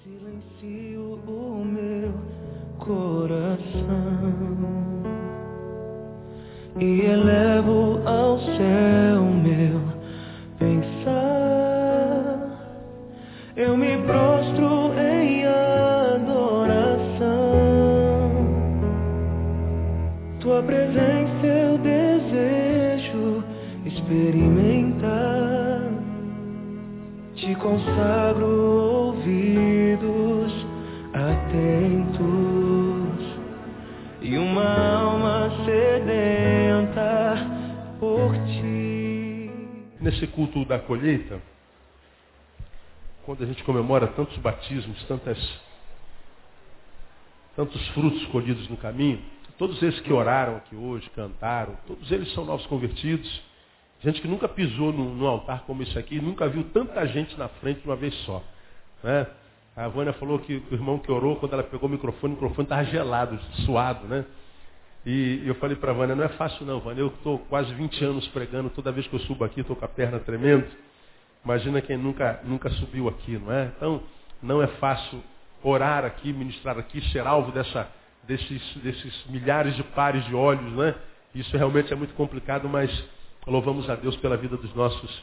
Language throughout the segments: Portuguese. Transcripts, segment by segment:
Silencio o meu coração e elevo ao céu meu pensar. Eu me prostro em adoração. Tua presença eu desejo experimentar. Te consagro ouvidos atentos e uma alma sedenta por ti. Nesse culto da colheita, quando a gente comemora tantos batismos, tantos frutos colhidos no caminho, todos esses que oraram aqui hoje, cantaram, todos eles são novos convertidos. Gente que nunca pisou num altar como esse aqui, nunca viu tanta gente na frente de uma vez só. Né? A Vânia falou que o irmão que orou, quando ela pegou o microfone estava gelado, suado, né? E eu falei para a Vânia, não é fácil não, Vânia, eu estou quase 20 anos pregando, toda vez que eu subo aqui estou com a perna tremendo. Imagina quem nunca subiu aqui, não é? Então, não é fácil orar aqui, ministrar aqui, ser alvo desses milhares de pares de olhos, né? Isso realmente é muito complicado, mas louvamos a Deus pela vida dos nossos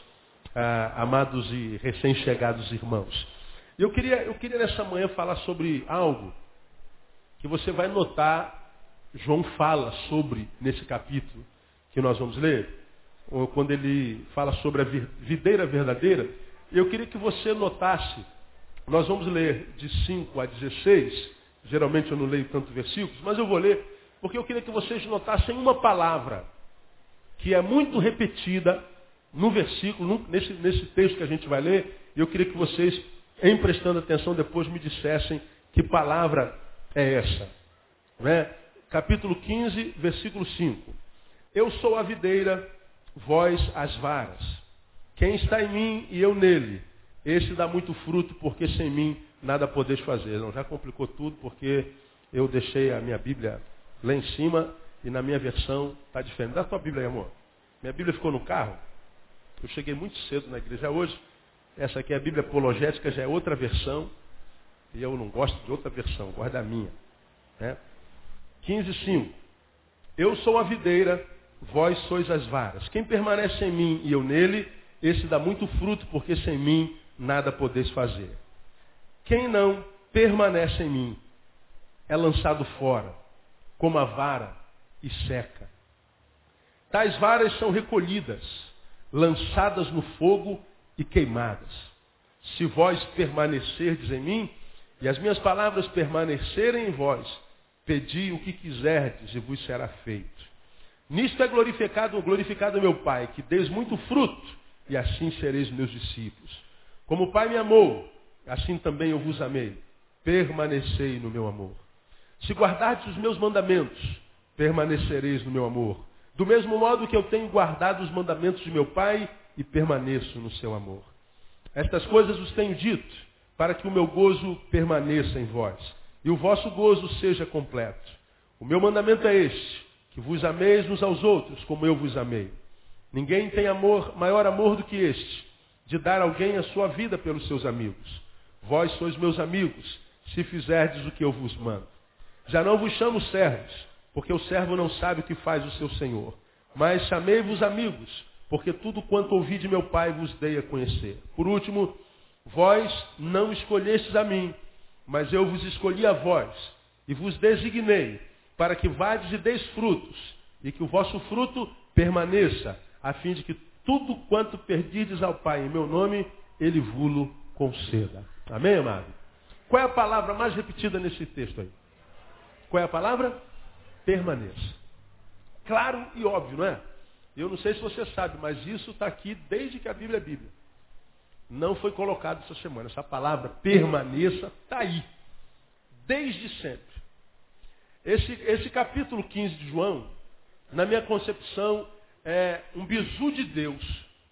amados e recém-chegados irmãos. Eu queria nessa manhã falar sobre algo que você vai notar, João fala sobre nesse capítulo que nós vamos ler, quando ele fala sobre a videira verdadeira. Eu queria que você notasse, nós vamos ler de 5 a 16, geralmente eu não leio tanto versículos, mas eu vou ler, porque eu queria que vocês notassem uma palavra que é muito repetida no versículo, nesse texto que a gente vai ler, e eu queria que vocês, em prestando atenção, depois me dissessem que palavra é essa. Né? Capítulo 15, versículo 5. Eu sou a videira, vós as varas. Quem está em mim e eu nele, esse dá muito fruto, porque sem mim nada podeis fazer. Não, já complicou tudo, porque eu deixei a minha Bíblia lá em cima, e na minha versão está diferente. Dá a tua Bíblia aí, amor. Minha Bíblia ficou no carro. Eu cheguei muito cedo na igreja hoje. Essa aqui é a Bíblia apologética, já é outra versão. E eu não gosto de outra versão, gosto da minha. Né? 15:5. Eu sou a videira, vós sois as varas. Quem permanece em mim e eu nele, esse dá muito fruto, porque sem mim nada podeis fazer. Quem não permanece em mim é lançado fora, como a vara, e seca. Tais varas são recolhidas, lançadas no fogo e queimadas. Se vós permanecerdes em mim, e as minhas palavras permanecerem em vós, pedi o que quiserdes e vos será feito. Nisto é glorificado meu Pai, que deis muito fruto, e assim sereis meus discípulos. Como o Pai me amou, assim também eu vos amei. Permanecei no meu amor. Se guardardes os meus mandamentos, permanecereis no meu amor. Do mesmo modo que eu tenho guardado os mandamentos de meu Pai e permaneço no seu amor. Estas coisas os tenho dito, para que o meu gozo permaneça em vós, e o vosso gozo seja completo. O meu mandamento é este, que vos ameis uns aos outros, como eu vos amei. Ninguém tem maior amor do que este, de dar alguém a sua vida pelos seus amigos. Vós sois meus amigos, se fizerdes o que eu vos mando. Já não vos chamo servos, porque o servo não sabe o que faz o seu senhor. Mas chamei-vos amigos, porque tudo quanto ouvi de meu Pai vos dei a conhecer. Por último, vós não escolhestes a mim, mas eu vos escolhi a vós, e vos designei, para que vades e deis frutos, e que o vosso fruto permaneça, a fim de que tudo quanto perdides ao Pai em meu nome, Ele vulo conceda. Amém, amado? Qual é a palavra mais repetida nesse texto aí? Qual é a palavra? Permaneça. Claro e óbvio, não é? Eu não sei se você sabe, mas isso está aqui desde que a Bíblia é Bíblia. Não foi colocado essa semana. Essa palavra permaneça está aí. Desde sempre. Esse capítulo 15 de João, na minha concepção, é um bizu de Deus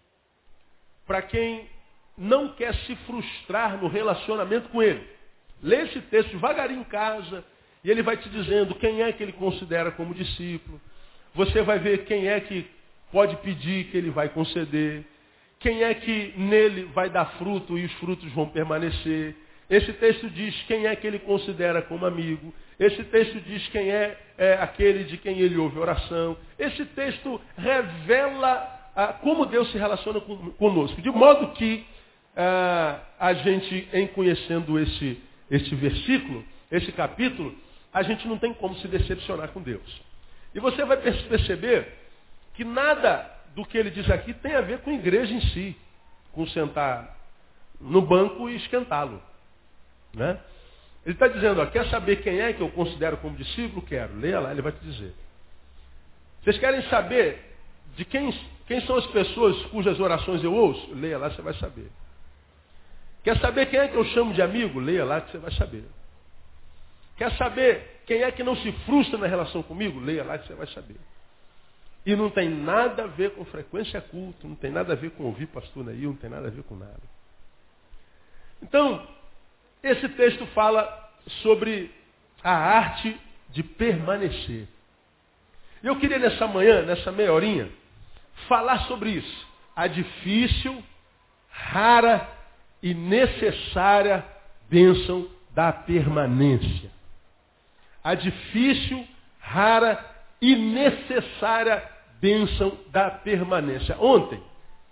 para quem não quer se frustrar no relacionamento com Ele. Lê esse texto devagarinho em casa e ele vai te dizendo quem é que ele considera como discípulo. Você vai ver quem é que pode pedir que ele vai conceder. Quem é que nele vai dar fruto e os frutos vão permanecer. Esse texto diz quem é que ele considera como amigo. Esse texto diz quem é aquele de quem ele ouve oração. Esse texto revela como Deus se relaciona conosco. De modo que a gente, em conhecendo esse versículo, esse capítulo, a gente não tem como se decepcionar com Deus. E você vai perceber que nada do que ele diz aqui tem a ver com a igreja em si, com sentar no banco e esquentá-lo. Né? Ele está dizendo, quer saber quem é que eu considero como discípulo? Quero. Leia lá, ele vai te dizer. Vocês querem saber de quem são as pessoas cujas orações eu ouço? Leia lá, você vai saber. Quer saber quem é que eu chamo de amigo? Leia lá que você vai saber. Quer saber quem é que não se frustra na relação comigo? Leia lá que você vai saber. E não tem nada a ver com frequência a culto, não tem nada a ver com ouvir pastor Neil, não tem nada a ver com nada. Então, esse texto fala sobre a arte de permanecer. E eu queria nessa manhã, nessa meia horinha, falar sobre isso. A difícil, rara e necessária bênção da permanência. A difícil, rara e necessária bênção da permanência. Ontem,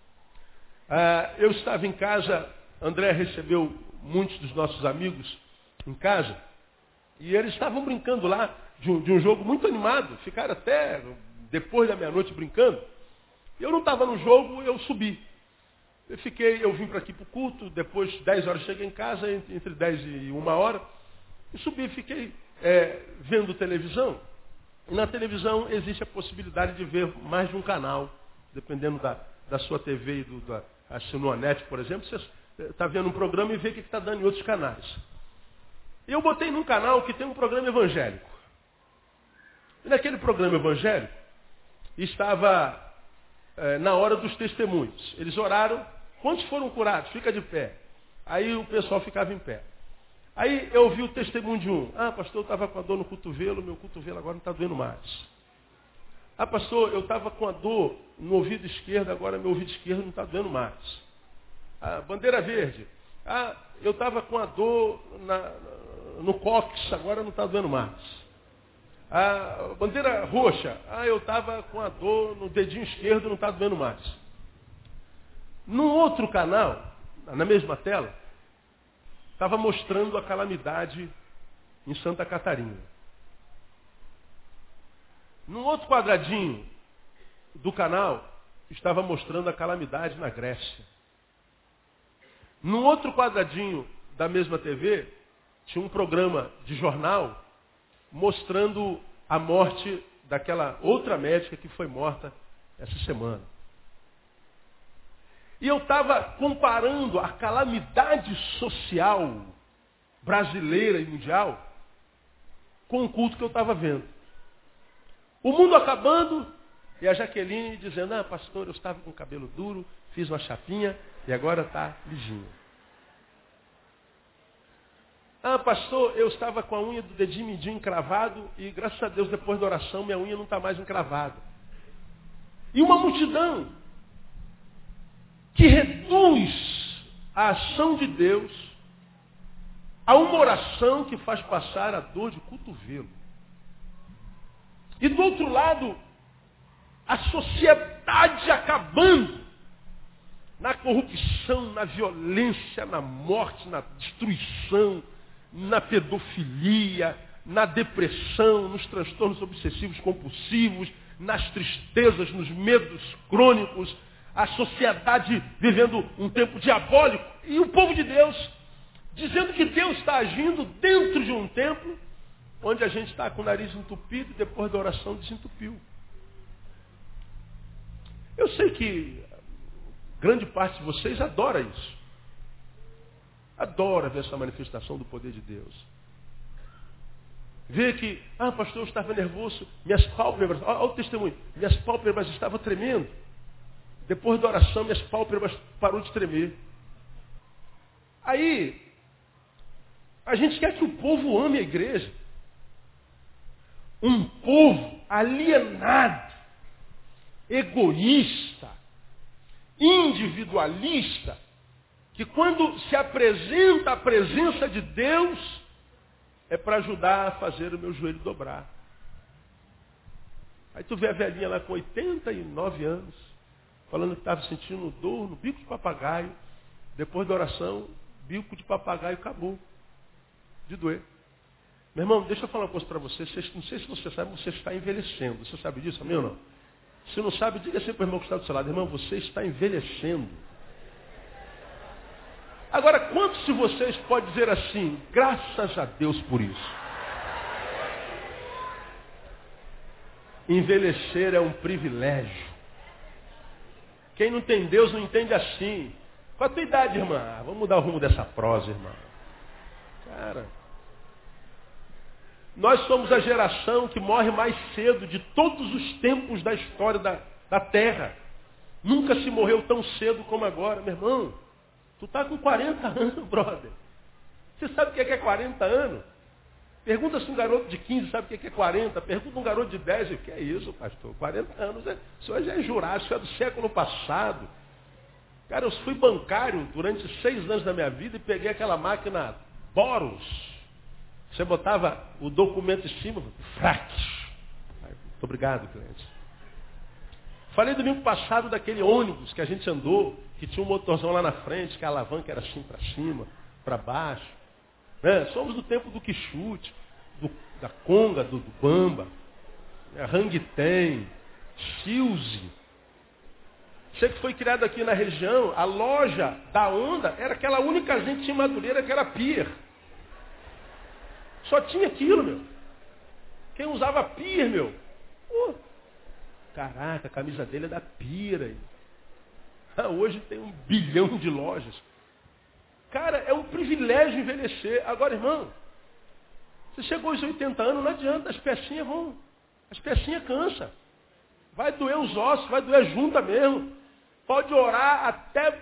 eu estava em casa, André recebeu muitos dos nossos amigos em casa, e eles estavam brincando lá de um jogo muito animado, ficaram até depois da meia-noite brincando. Eu não estava no jogo, eu subi. Eu vim para aqui para o culto, depois 10 horas cheguei em casa, entre 10 e 1 hora, e subi, fiquei vendo televisão. E na televisão existe a possibilidade de ver mais de um canal, dependendo da sua TV e da Sinonet, por exemplo, você está vendo um programa e vê o que está dando em outros canais. Eu botei num canal que tem um programa evangélico. E naquele programa evangélico estava na hora dos testemunhos. Eles oraram, quantos foram curados? Fica de pé. Aí o pessoal ficava em pé. Aí eu ouvi o testemunho de um. Pastor, eu estava com a dor no cotovelo, meu cotovelo agora não está doendo mais. Pastor, eu estava com a dor no ouvido esquerdo, agora meu ouvido esquerdo não está doendo mais. Bandeira verde. Eu estava com a dor no cóccix, agora não está doendo mais. Bandeira roxa. Eu estava com a dor no dedinho esquerdo, não está doendo mais. Num outro canal, na mesma tela, estava mostrando a calamidade em Santa Catarina. Num outro quadradinho do canal, estava mostrando a calamidade na Grécia. Num outro quadradinho da mesma TV, tinha um programa de jornal mostrando a morte daquela outra médica que foi morta essa semana. E eu estava comparando a calamidade social brasileira e mundial com o culto que eu estava vendo. O mundo acabando e a Jaqueline dizendo, pastor, eu estava com o cabelo duro, fiz uma chapinha e agora está lisinho. Pastor, eu estava com a unha do dedinho mindinho encravado e graças a Deus depois da oração minha unha não está mais encravada. E uma multidão que reduz a ação de Deus a uma oração que faz passar a dor de cotovelo. E do outro lado, a sociedade acabando na corrupção, na violência, na morte, na destruição, na pedofilia, na depressão, nos transtornos obsessivos compulsivos, nas tristezas, nos medos crônicos, a sociedade vivendo um tempo diabólico e o povo de Deus dizendo que Deus está agindo dentro de um templo onde a gente está com o nariz entupido e depois da oração desentupiu. Eu sei que grande parte de vocês adora isso. Adora ver essa manifestação do poder de Deus. Vê que, pastor, eu estava nervoso, minhas pálpebras, olha o testemunho, minhas pálpebras estavam tremendo. Depois da oração, minhas pálpebras parou de tremer. Aí, a gente quer que o povo ame a igreja. Um povo alienado, egoísta, individualista, que quando se apresenta a presença de Deus, é para ajudar a fazer o meu joelho dobrar. Aí tu vê a velhinha lá com 89 anos, falando que estava sentindo dor no bico de papagaio. Depois da oração, bico de papagaio acabou de doer. Meu irmão, deixa eu falar uma coisa para você. Não sei se você sabe, você está envelhecendo. Você sabe disso, amém ou não? Se não sabe, diga assim para o irmão que está do seu lado. Irmão, você está envelhecendo. Agora, quantos de vocês podem dizer assim, graças a Deus por isso? Envelhecer é um privilégio. Quem não tem Deus não entende assim. Qual a tua idade, irmã? Vamos mudar o rumo dessa prosa, irmã. Cara, nós somos a geração que morre mais cedo de todos os tempos da história da Terra. Nunca se morreu tão cedo como agora, meu irmão. Tu está com 40 anos, brother. Você sabe o que é 40 anos? Pergunta se um garoto de 15 sabe o que é 40. Pergunta um garoto de 10. O que é isso, pastor? 40 anos. O senhor já é jurássico, é do século passado. Cara, eu fui bancário durante 6 anos da minha vida e peguei aquela máquina Boros. Você botava o documento em cima, frac. Muito obrigado, cliente. Falei domingo passado daquele ônibus que a gente andou, que tinha um motorzão lá na frente, que a alavanca era assim para cima, para baixo. Somos do tempo do Quixute, da Conga, do Bamba, Hang Ten, Chilze. Você que foi criado aqui na região, a loja da Onda era aquela única gente em Madureira que era Pier. Só tinha aquilo, meu. Quem usava Pier, meu? Caraca, a camisa dele é da Pier. Hoje tem 1 bilhão de lojas. Cara, é um privilégio envelhecer. Agora, irmão, você chegou aos 80 anos, não adianta, as pecinhas cansam. Vai doer os ossos, vai doer a junta mesmo. Pode orar até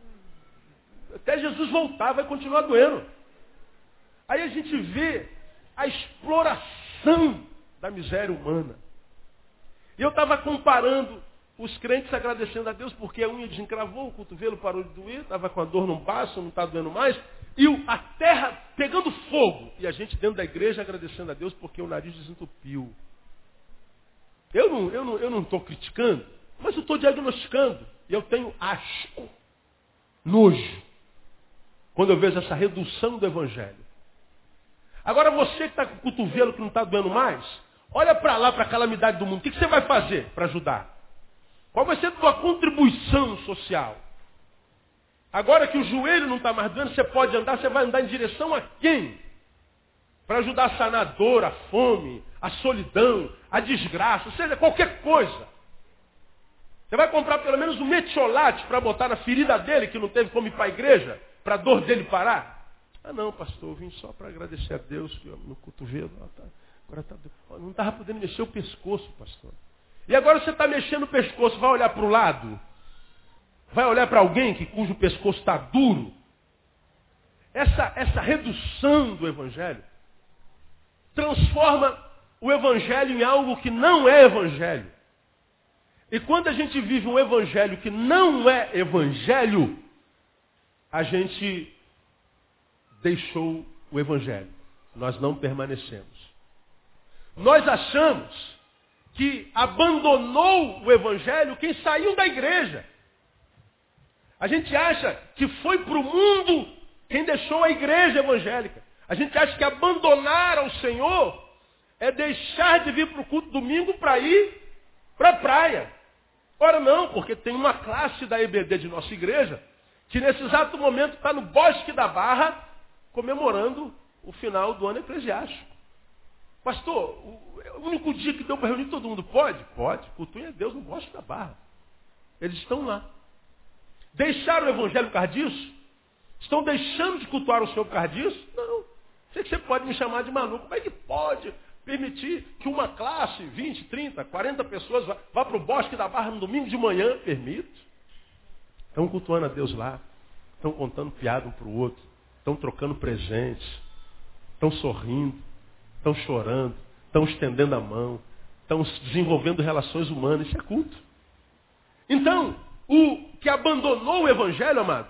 Jesus voltar, vai continuar doendo. Aí a gente vê a exploração da miséria humana. E eu estava comparando os crentes agradecendo a Deus porque a unha desencravou, o cotovelo parou de doer, estava com a dor no baço, não está doendo mais, e a terra pegando fogo. E a gente dentro da igreja agradecendo a Deus porque o nariz desentupiu. Eu não estou criticando, mas eu estou diagnosticando. E eu tenho asco, nojo, quando eu vejo essa redução do evangelho. Agora você que está com o cotovelo que não está doendo mais, olha para lá, para a calamidade do mundo. O que você vai fazer para ajudar? Qual vai ser a tua contribuição social? Agora que o joelho não está mais doendo, você pode andar, você vai andar em direção a quem? Para ajudar a sanar a dor, a fome, a solidão, a desgraça, ou seja, qualquer coisa. Você vai comprar pelo menos um metiolate para botar na ferida dele, que não teve como ir para a igreja, para a dor dele parar? Ah não, pastor, eu vim só para agradecer a Deus, que no cotovelo, agora não estava podendo mexer o pescoço, pastor. E agora você está mexendo o pescoço, vai olhar para o lado? Vai olhar para alguém cujo pescoço está duro? Essa redução do evangelho transforma o evangelho em algo que não é evangelho. E quando a gente vive um evangelho que não é evangelho, a gente deixou o evangelho. Nós não permanecemos. Nós achamos que abandonou o evangelho quem saiu da igreja. A gente acha que foi para o mundo quem deixou a igreja evangélica. A gente acha que abandonar ao Senhor é deixar de vir para o culto domingo para ir para a praia. Ora não, porque tem uma classe da EBD de nossa igreja que nesse exato momento está no Bosque da Barra comemorando o final do ano eclesiástico. Pastor, o único dia que deu para reunir todo mundo pode? Pode. Cultuem a Deus no Bosque da Barra. Eles estão lá. Deixaram o evangelho por causa disso? Estão deixando de cultuar o Senhor por causa disso? Não. Sei que você pode me chamar de maluco. Como é que pode permitir que uma classe, 20, 30, 40 pessoas, vá para o Bosque da Barra no domingo de manhã? Permito. Estão cultuando a Deus lá. Estão contando piada um para o outro. Estão trocando presentes. Estão sorrindo. Estão chorando. Estão estendendo a mão. Estão desenvolvendo relações humanas. Isso é culto. Então, o que abandonou o evangelho, amado,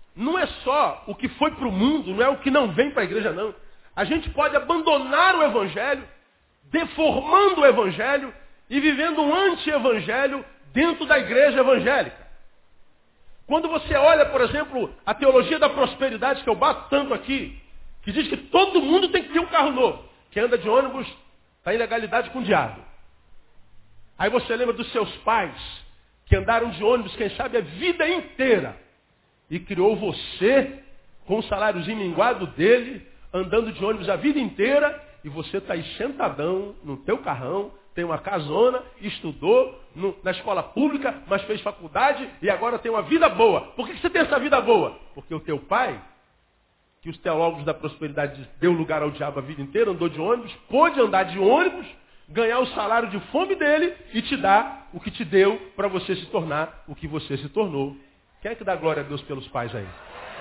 não é só o que foi para o mundo, não é o que não vem para a igreja, não. A gente pode abandonar o evangelho, deformando o evangelho e vivendo um anti-evangelho dentro da igreja evangélica. Quando você olha, por exemplo, a teologia da prosperidade, que eu bato tanto aqui, que diz que todo mundo tem que ter um carro novo. Quem anda de ônibus está em legalidade com o diabo. Aí você lembra dos seus pais, que andaram de ônibus, quem sabe, a vida inteira. E criou você, com o saláriozinho minguado dele, andando de ônibus a vida inteira, e você está aí sentadão no teu carrão, tem uma casona, estudou na escola pública, mas fez faculdade e agora tem uma vida boa. Por que você tem essa vida boa? Porque o teu pai, que os teólogos da prosperidade deu lugar ao diabo a vida inteira, andou de ônibus, pôde andar de ônibus, ganhar o salário de fome dele e te dar o que te deu para você se tornar o que você se tornou. Quem é que dá glória a Deus pelos pais aí?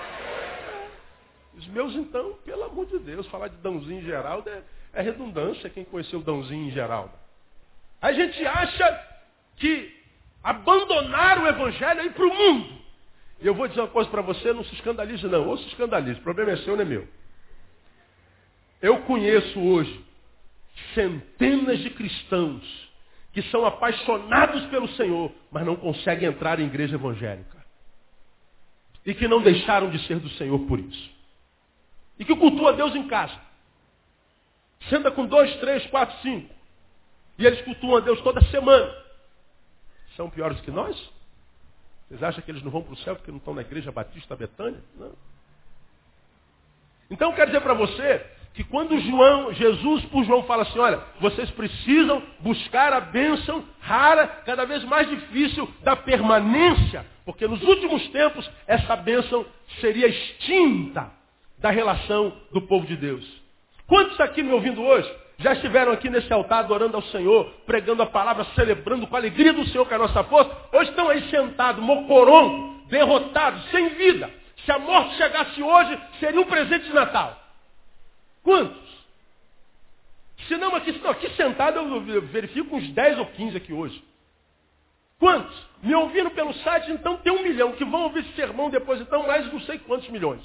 Os meus, então, pelo amor de Deus, falar de Dãozinho e Geraldo é redundância, quem conheceu Dãozinho e Geraldo. A gente acha que abandonar o evangelho é ir para o mundo. E eu vou dizer uma coisa para você, não se escandalize não, ou se escandalize, o problema é seu, não é meu. Eu conheço hoje centenas de cristãos que são apaixonados pelo Senhor, mas não conseguem entrar em igreja evangélica. E que não deixaram de ser do Senhor por isso. E que cultua a Deus em casa. Senta com 2, 3, 4, 5. E eles cultuam a Deus toda semana. São piores que nós? Vocês acham que eles não vão para o céu porque não estão na igreja Batista Betânia? Não. Então eu quero dizer para você que quando Jesus por João fala assim, olha, vocês precisam buscar a bênção rara, cada vez mais difícil da permanência, porque nos últimos tempos essa bênção seria extinta da relação do povo de Deus. Quantos aqui me ouvindo hoje já estiveram aqui nesse altar adorando ao Senhor, pregando a palavra, celebrando com a alegria do Senhor que é a nossa força? Hoje estão aí sentados, mocorongo, derrotados, sem vida. Se a morte chegasse hoje, seria um presente de Natal. Quantos? Se não, aqui sentado eu verifico uns 10 ou 15 aqui hoje. Quantos? Me ouviram pelo site, então tem 1 milhão, que vão ouvir esse sermão depois, então mais não sei quantos milhões.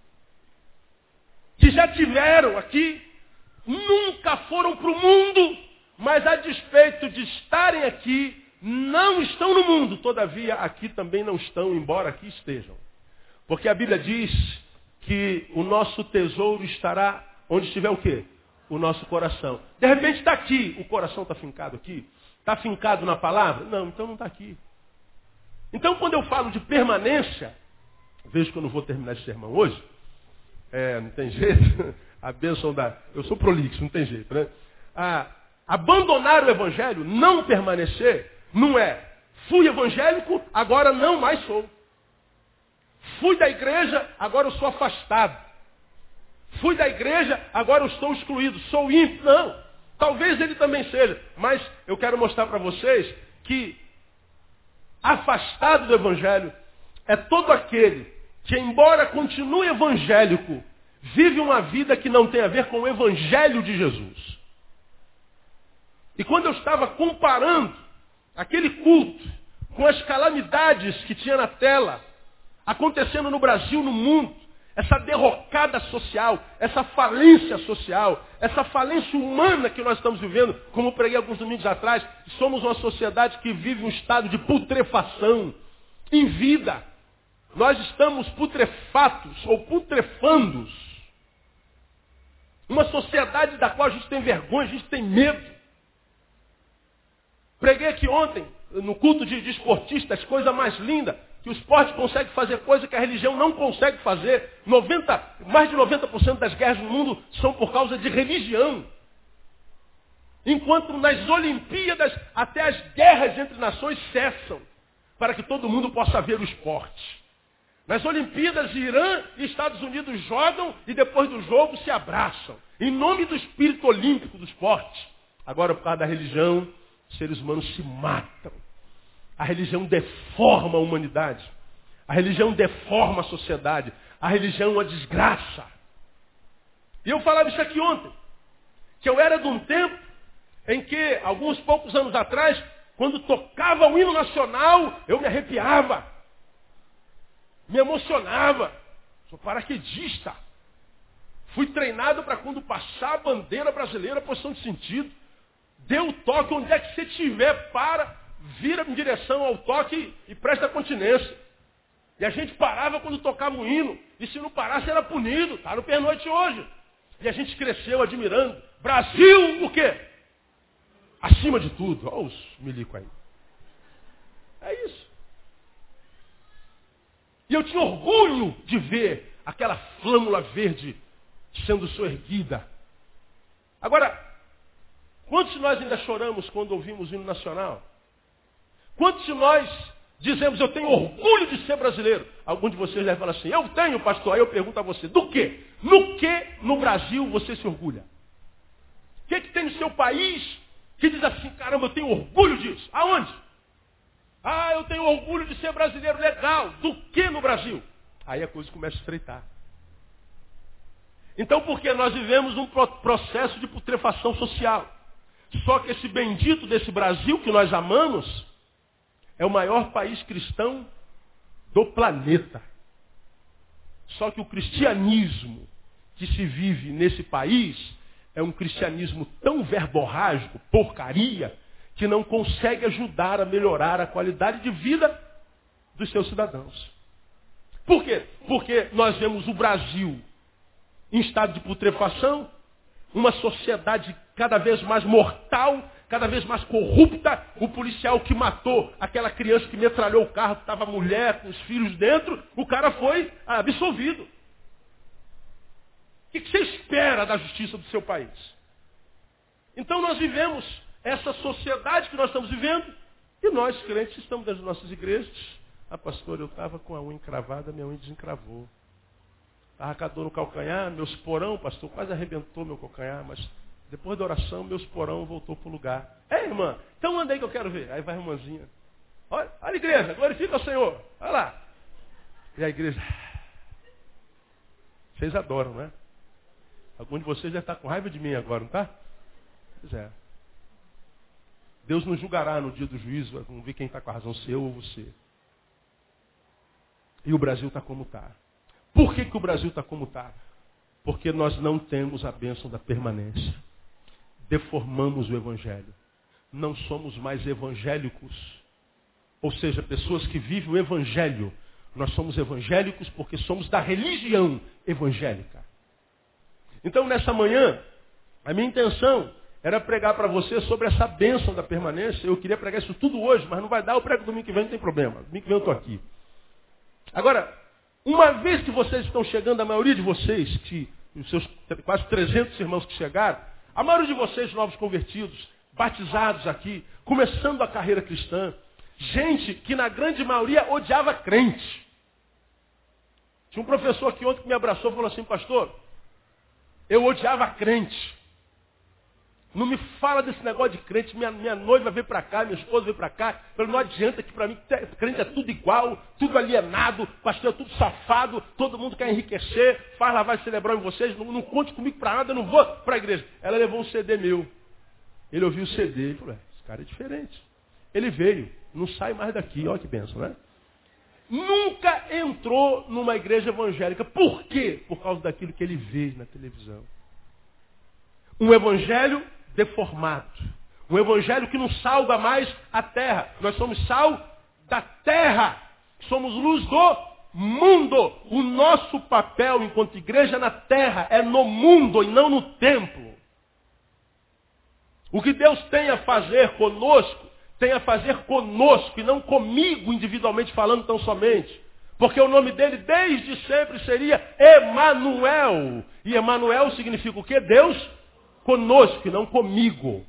Que já tiveram aqui, nunca foram para o mundo, mas a despeito de estarem aqui, não estão no mundo. Todavia, aqui também não estão, embora aqui estejam. Porque a Bíblia diz que o nosso tesouro estará onde estiver o quê? O nosso coração. De repente está aqui, o coração está fincado aqui? Está fincado na palavra? Não, então não está aqui. Então quando eu falo de permanência, vejo que eu não vou terminar esse sermão hoje, não tem jeito, a bênção eu sou prolixo, não tem jeito, né? Abandonar o evangelho, não permanecer, não é, fui evangélico, agora não mais sou. Fui da igreja, agora eu sou afastado. Fui da igreja, agora eu estou excluído, sou ímpio. Não, talvez ele também seja, mas eu quero mostrar para vocês que afastado do evangelho é todo aquele que, embora continue evangélico, vive uma vida que não tem a ver com o evangelho de Jesus. E quando eu estava comparando aquele culto com as calamidades que tinha na tela, acontecendo no Brasil, no mundo, essa derrocada social, essa falência social, essa falência humana que nós estamos vivendo, como eu preguei alguns domingos atrás, somos uma sociedade que vive um estado de putrefação em vida. Nós estamos putrefatos ou putrefandos. Uma sociedade da qual a gente tem vergonha, a gente tem medo. Preguei aqui ontem, no culto de esportistas, coisa mais linda, que o esporte consegue fazer coisa que a religião não consegue fazer. Mais de 90% das guerras no mundo são por causa de religião. Enquanto nas Olimpíadas, até as guerras entre nações cessam, para que todo mundo possa ver o esporte. Nas Olimpíadas, Irã e Estados Unidos jogam e depois do jogo se abraçam. Em nome do espírito olímpico do esporte. Agora, por causa da religião, os seres humanos se matam. A religião deforma a humanidade. A religião deforma a sociedade. A religião é uma desgraça. E eu falava isso aqui ontem. Que eu era de um tempo em que, alguns poucos anos atrás, quando tocava o hino nacional, eu me arrepiava. Me emocionava. Sou paraquedista. Fui treinado para quando passar a bandeira brasileira, posição de sentido. Dê o toque onde é que você estiver, vira em direção ao toque e presta continência. E a gente parava quando tocava o hino. E se não parasse era punido. Está no pernoite hoje. E a gente cresceu admirando. Brasil, o quê? Acima de tudo. Olha os milicos aí. É isso. E eu tinha orgulho de ver aquela flâmula verde sendo soerguida. Agora, quantos de nós ainda choramos quando ouvimos o hino nacional? Quantos de nós dizemos, eu tenho orgulho de ser brasileiro? Algum de vocês deve falar assim, eu tenho, pastor. Aí eu pergunto a você, do quê? No que no Brasil você se orgulha? O que tem no seu país que diz assim, caramba, eu tenho orgulho disso? Aonde? Ah, eu tenho orgulho de ser brasileiro. Legal. Do que no Brasil? Aí a coisa começa a estreitar. Então, porque nós vivemos um processo de putrefação social. Só que esse bendito desse Brasil que nós amamos é o maior país cristão do planeta. Só que o cristianismo que se vive nesse país é um cristianismo tão verborrágico, porcaria, que não consegue ajudar a melhorar a qualidade de vida dos seus cidadãos. Por quê? Porque nós vemos o Brasil em estado de putrefação, uma sociedade cada vez mais mortal, cada vez mais corrupta, o policial que matou aquela criança que metralhou o carro, que estava a mulher com os filhos dentro, o cara foi absolvido. O que você espera da justiça do seu país? Então nós vivemos essa sociedade que nós estamos vivendo, e nós, crentes, estamos nas nossas igrejas. Ah, pastor, eu estava com a unha encravada, minha unha desencravou. Estava com a dor no calcanhar, meu esporão, pastor, quase arrebentou meu calcanhar, mas depois da oração, meu esporão voltou para o lugar. Ei, irmã, então anda aí que eu quero ver. Aí vai a irmãzinha. Olha a igreja, glorifica o Senhor. Olha lá. E a igreja. Vocês adoram, né? Algum de vocês já está com raiva de mim agora, não está? Pois é. Deus nos julgará no dia do juízo, vamos ver quem está com a razão, se eu ou você. E o Brasil está como está. Por que o Brasil está como está? Porque nós não temos a bênção da permanência. Deformamos o Evangelho. Não somos mais evangélicos. Ou seja, pessoas que vivem o Evangelho. Nós somos evangélicos porque somos da religião evangélica. Então, nessa manhã, a minha intenção era pregar para você sobre essa bênção da permanência. Eu queria pregar isso tudo hoje, mas não vai dar. Eu prego domingo que vem, não tem problema. Domingo que vem eu estou aqui. Agora, uma vez que vocês estão chegando, a maioria de vocês, os seus quase 300 irmãos que chegaram, a maioria de vocês, novos convertidos, batizados aqui, começando a carreira cristã, gente que na grande maioria odiava crente. Tinha um professor aqui ontem que me abraçou e falou assim, pastor, eu odiava crente. Não me fala desse negócio de crente. Minha noiva veio para cá, minha esposa veio para cá. Não adianta que para mim crente é tudo igual, tudo alienado, pastor é tudo safado, todo mundo quer enriquecer, faz lavagem cerebral em vocês, não conte comigo para nada, eu não vou para a igreja. Ela levou um CD meu. Ele ouviu o CD e falou, esse cara é diferente. Ele veio, não sai mais daqui, olha que bênção, né? Nunca entrou numa igreja evangélica. Por quê? Por causa daquilo que ele vê na televisão. Um evangelho deformado. Um evangelho que não salva mais a terra. Nós somos sal da terra. Somos luz do mundo. O nosso papel enquanto igreja na terra é no mundo e não no templo. O que Deus tem a fazer conosco, tem a fazer conosco e não comigo individualmente falando tão somente. Porque o nome dele desde sempre seria Emanuel. E Emanuel significa o quê? Deus conosco e não comigo.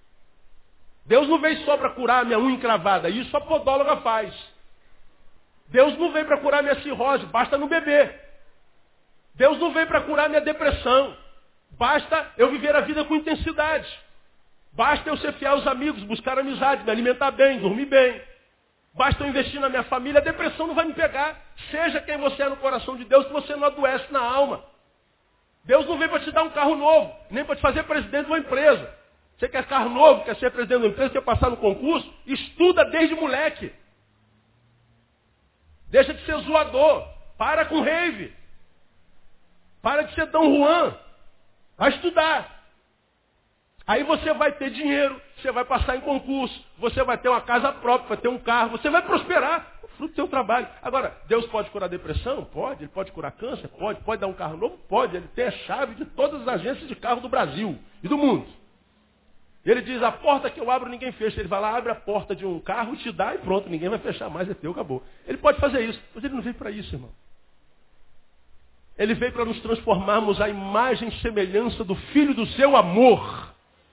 Deus não veio só para curar a minha unha encravada. Isso a podóloga faz. Deus não veio para curar a minha cirrose. Basta não beber. Deus não veio para curar a minha depressão. Basta eu viver a vida com intensidade. Basta eu ser fiel aos amigos, buscar amizade, me alimentar bem, dormir bem. Basta eu investir na minha família, a depressão não vai me pegar. Seja quem você é no coração de Deus, que você não adoece na alma. Deus não veio para te dar um carro novo, nem para te fazer presidente de uma empresa. Você quer carro novo, quer ser presidente de uma empresa, quer passar no concurso, estuda desde moleque. Deixa de ser zoador. Para com rave. Para de ser Dom Juan. Vai estudar. Aí você vai ter dinheiro, você vai passar em concurso, você vai ter uma casa própria, vai ter um carro, você vai prosperar, fruto do seu trabalho. Agora, Deus pode curar depressão? Pode. Ele pode curar câncer? Pode. Pode dar um carro novo? Pode. Ele tem a chave de todas as agências de carro do Brasil e do mundo. Ele diz, a porta que eu abro ninguém fecha. Ele vai lá, abre a porta de um carro, te dá e pronto, ninguém vai fechar mais, é teu, acabou. Ele pode fazer isso, mas ele não veio para isso, irmão. Ele veio para nos transformarmos à imagem e semelhança do Filho do seu amor,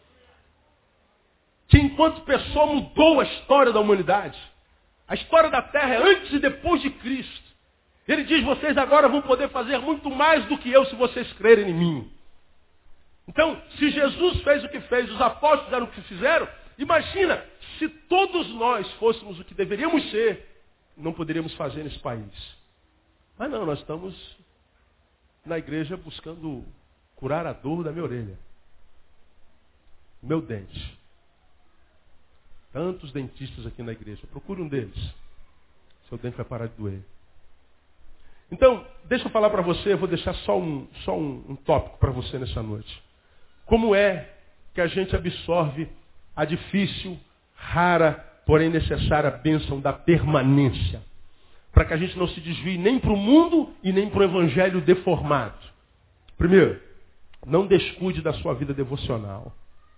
que enquanto pessoa mudou a história da humanidade. A história da terra é antes e depois de Cristo. Ele diz, vocês agora vão poder fazer muito mais do que eu se vocês crerem em mim. Então, se Jesus fez o que fez, os apóstolos fizeram o que fizeram, imagina se todos nós fôssemos o que deveríamos ser, não poderíamos fazer nesse país. Mas não, nós estamos na igreja buscando curar a dor da minha orelha. Meu dente. Tantos dentistas aqui na igreja. Procure um deles. Seu dente vai parar de doer. Então, deixa eu falar para você, eu vou deixar só um tópico para você nessa noite. Como é que a gente absorve a difícil, rara, porém necessária bênção da permanência? Para que a gente não se desvie nem para o mundo e nem para o evangelho deformado. Primeiro, não descuide da sua vida devocional.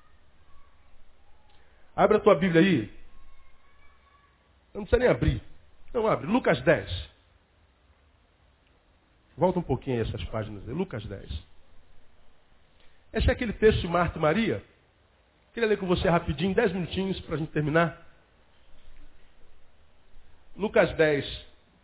Abre a tua Bíblia aí. Não precisa nem abrir. Não abre. Lucas 10. Volta um pouquinho aí essas páginas aí. Lucas 10. Esse é aquele texto de Marta e Maria. Queria ler com você rapidinho, 10 minutinhos para a gente terminar. Lucas 10,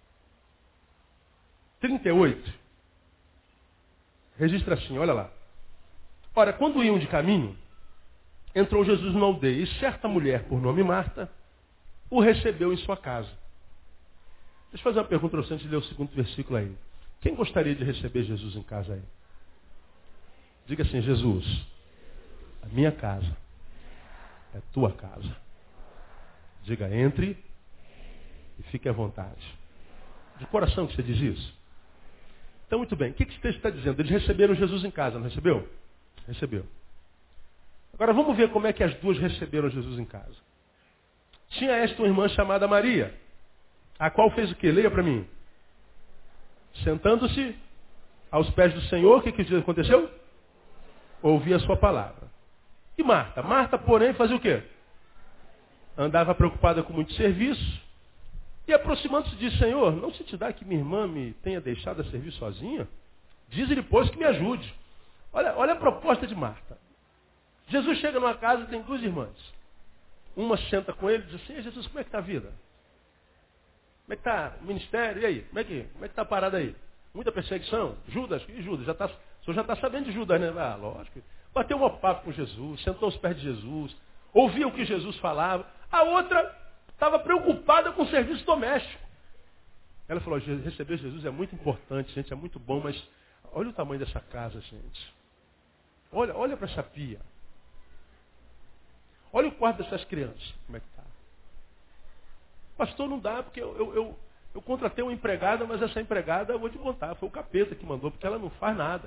38. Registra assim, olha lá. Ora, quando iam de caminho, entrou Jesus numa aldeia, e certa mulher, por nome Marta, o recebeu em sua casa. Deixa eu fazer uma pergunta para você antes de ler o segundo versículo aí. Quem gostaria de receber Jesus em casa aí? Diga assim, Jesus, a minha casa é tua casa. Diga, entre e fique à vontade. De coração que você diz isso? Então, muito bem. O que esse texto está dizendo? Eles receberam Jesus em casa, não recebeu? Recebeu. Agora vamos ver como é que as duas receberam Jesus em casa. Tinha esta uma irmã chamada Maria, a qual fez o quê? Leia para mim. Sentando-se aos pés do Senhor, o que aconteceu? Ouvia a sua palavra. E Marta? Marta, porém, fazia o quê? Andava preocupada com muito serviço. E aproximando-se disse, Senhor, não se te dá que minha irmã me tenha deixado a servir sozinha? Diz-lhe, pois, que me ajude. Olha a proposta de Marta. Jesus chega numa casa e tem duas irmãs. Uma senta com ele e diz assim, Jesus, como é que está a vida? Como é que está o ministério? E aí? Como é que está a parada aí? Muita perseguição? Judas? E Judas? O senhor já está sabendo de Judas, né? Ah, lógico. Bateu um papo com Jesus, sentou aos pés de Jesus, ouvia o que Jesus falava. A outra estava preocupada com o serviço doméstico. Ela falou, receber Jesus é muito importante, gente, é muito bom, mas olha o tamanho dessa casa, gente. Olha para essa pia. Olha o quarto dessas crianças, como é que está. Pastor, não dá, porque eu contratei uma empregada, mas essa empregada, eu vou te contar, foi o capeta que mandou, porque ela não faz nada.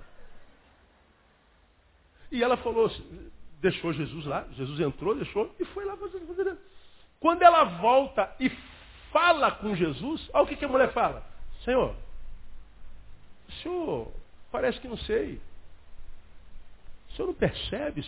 E ela falou, deixou Jesus lá, Jesus entrou, deixou, e foi lá fazer. Quando ela volta e fala com Jesus, olha o que a mulher fala. Senhor, o senhor parece que não sei. O senhor não percebe, o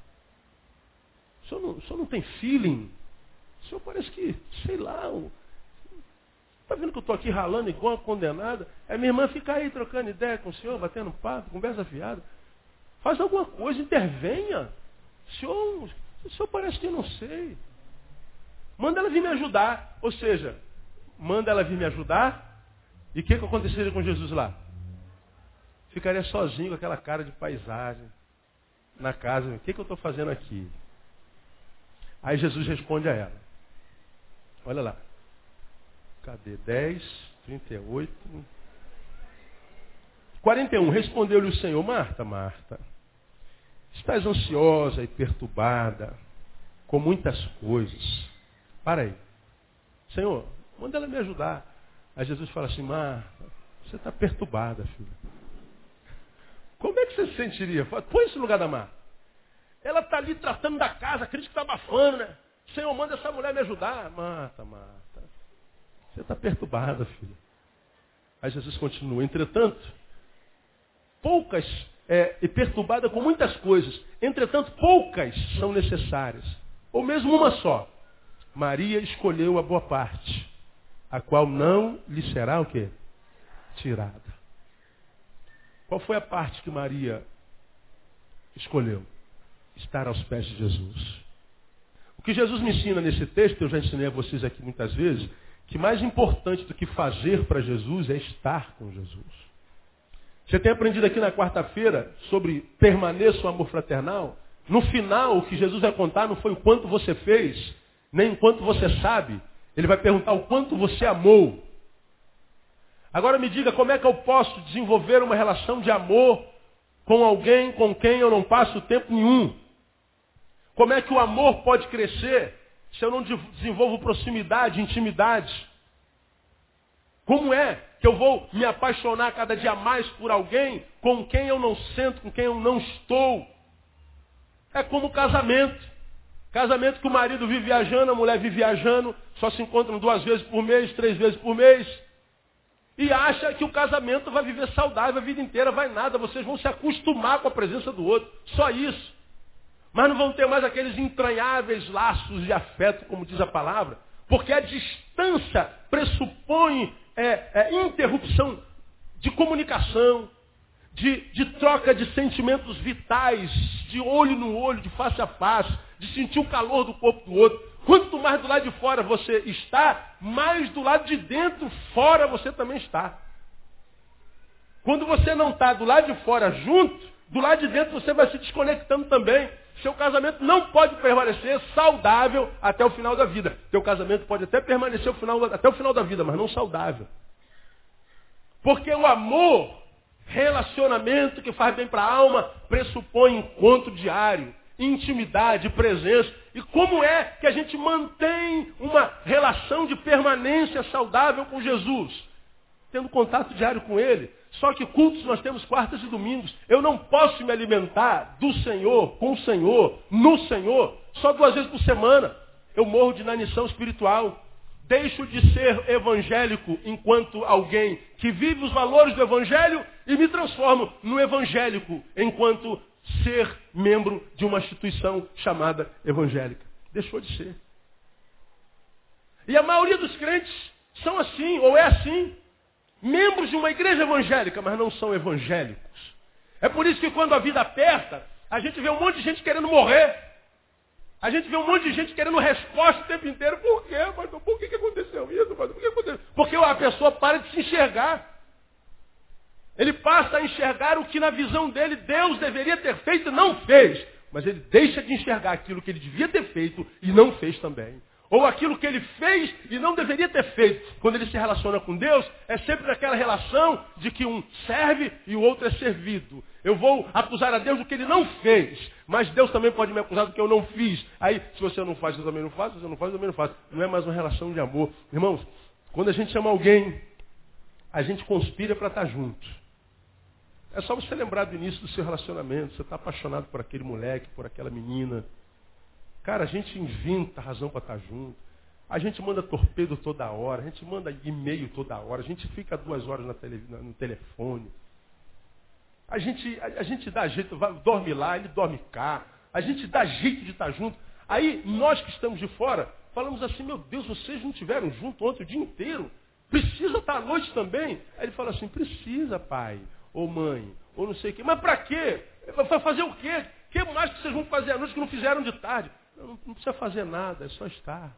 senhor não tem feeling. O senhor parece que, sei lá, está vendo que eu estou aqui ralando igual uma condenada? Aí minha irmã fica aí trocando ideia com o senhor, batendo papo, conversa fiada. Faz alguma coisa, intervenha. O senhor parece que eu não sei. Manda ela vir me ajudar. Ou seja, manda ela vir me ajudar. E o que aconteceria com Jesus lá? Ficaria sozinho com aquela cara de paisagem. Na casa, o que eu estou fazendo aqui? Aí Jesus responde a ela. Olha lá. Cadê? 10, 38. 41. Respondeu-lhe o Senhor, Marta, Marta, estás ansiosa e perturbada com muitas coisas. Para aí. Senhor, manda ela me ajudar. Aí Jesus fala assim, Marta, você está perturbada, filha. Como é que você se sentiria? Põe isso no lugar da Marta. Ela está ali tratando da casa, a crise que está abafando, né? Senhor, manda essa mulher me ajudar. Marta, você está perturbada, filha. Aí Jesus continua, entretanto, poucas, e perturbada com muitas coisas, entretanto, poucas são necessárias. Ou mesmo uma só. Maria escolheu a boa parte, a qual não lhe será o quê? Tirada. Qual foi a parte que Maria escolheu? Estar aos pés de Jesus. O que Jesus me ensina nesse texto, eu já ensinei a vocês aqui muitas vezes, que mais importante do que fazer para Jesus é estar com Jesus. Você tem aprendido aqui na quarta-feira sobre permaneça o amor fraternal? No final, o que Jesus vai contar não foi o quanto você fez, nem o quanto você sabe. Ele vai perguntar o quanto você amou. Agora me diga, como é que eu posso desenvolver uma relação de amor com alguém com quem eu não passo tempo nenhum? Como é que o amor pode crescer se eu não desenvolvo proximidade, intimidade? Como é que eu vou me apaixonar cada dia mais por alguém com quem eu não sento, com quem eu não estou? É como casamento. Casamento que o marido vive viajando, a mulher vive viajando, só se encontram 2 vezes por mês, 3 vezes por mês. E acha que o casamento vai viver saudável a vida inteira, vai nada, vocês vão se acostumar com a presença do outro. Só isso. Mas não vão ter mais aqueles entranháveis laços de afeto, como diz a palavra, porque a distância pressupõe interrupção de comunicação, de troca de sentimentos vitais, de olho no olho, de face a face, de sentir o calor do corpo do outro. Quanto mais do lado de fora você está, mais do lado de dentro, fora você também está. Quando você não está do lado de fora junto, do lado de dentro você vai se desconectando também. Seu casamento não pode permanecer saudável até o final da vida. Seu casamento pode até permanecer até o final da vida, mas não saudável. Porque o amor, relacionamento que faz bem para a alma, pressupõe encontro diário, intimidade, presença. E como é que a gente mantém uma relação de permanência saudável com Jesus? Tendo contato diário com Ele. Só que cultos nós temos quartas e domingos. Eu não posso me alimentar do Senhor, com o Senhor, no Senhor, só 2 vezes por semana. Eu morro de inanição espiritual. Deixo de ser evangélico enquanto alguém que vive os valores do Evangelho e me transformo no evangélico enquanto ser membro de uma instituição chamada evangélica. Deixou de ser. E a maioria dos crentes são assim, ou é assim. Membros de uma igreja evangélica, mas não são evangélicos. É por isso que quando a vida aperta, a gente vê um monte de gente querendo morrer. A gente vê um monte de gente querendo resposta o tempo inteiro. Por quê, pastor? Por que aconteceu isso, pastor? Por que aconteceu? Porque a pessoa para de se enxergar. Ele passa a enxergar o que na visão dele Deus deveria ter feito e não fez. Mas ele deixa de enxergar aquilo que ele devia ter feito e não fez também. Ou aquilo que ele fez e não deveria ter feito. Quando ele se relaciona com Deus, é sempre naquela relação de que um serve e o outro é servido. Eu vou acusar a Deus do que ele não fez, mas Deus também pode me acusar do que eu não fiz. Aí, se você não faz, eu também não faço, se você não faz, eu também não faço. Não é mais uma relação de amor. Irmãos, quando a gente chama alguém, a gente conspira para estar junto. É só você lembrar do início do seu relacionamento. Você está apaixonado por aquele moleque, por aquela menina. Cara, a gente inventa razão para estar junto. A gente manda torpedo toda hora. A gente manda e-mail toda hora. A gente fica 2 horas no telefone. A gente dá jeito, dorme lá, ele dorme cá. A gente dá jeito de estar junto. Aí, nós que estamos de fora, falamos assim, meu Deus, vocês não estiveram juntos ontem o dia inteiro? Precisa estar à noite também? Aí ele fala assim, precisa, pai, ou mãe, ou não sei o quê. Mas para quê? Vai fazer o quê? O que mais que vocês vão fazer à noite que não fizeram de tarde? Não precisa fazer nada, é só estar.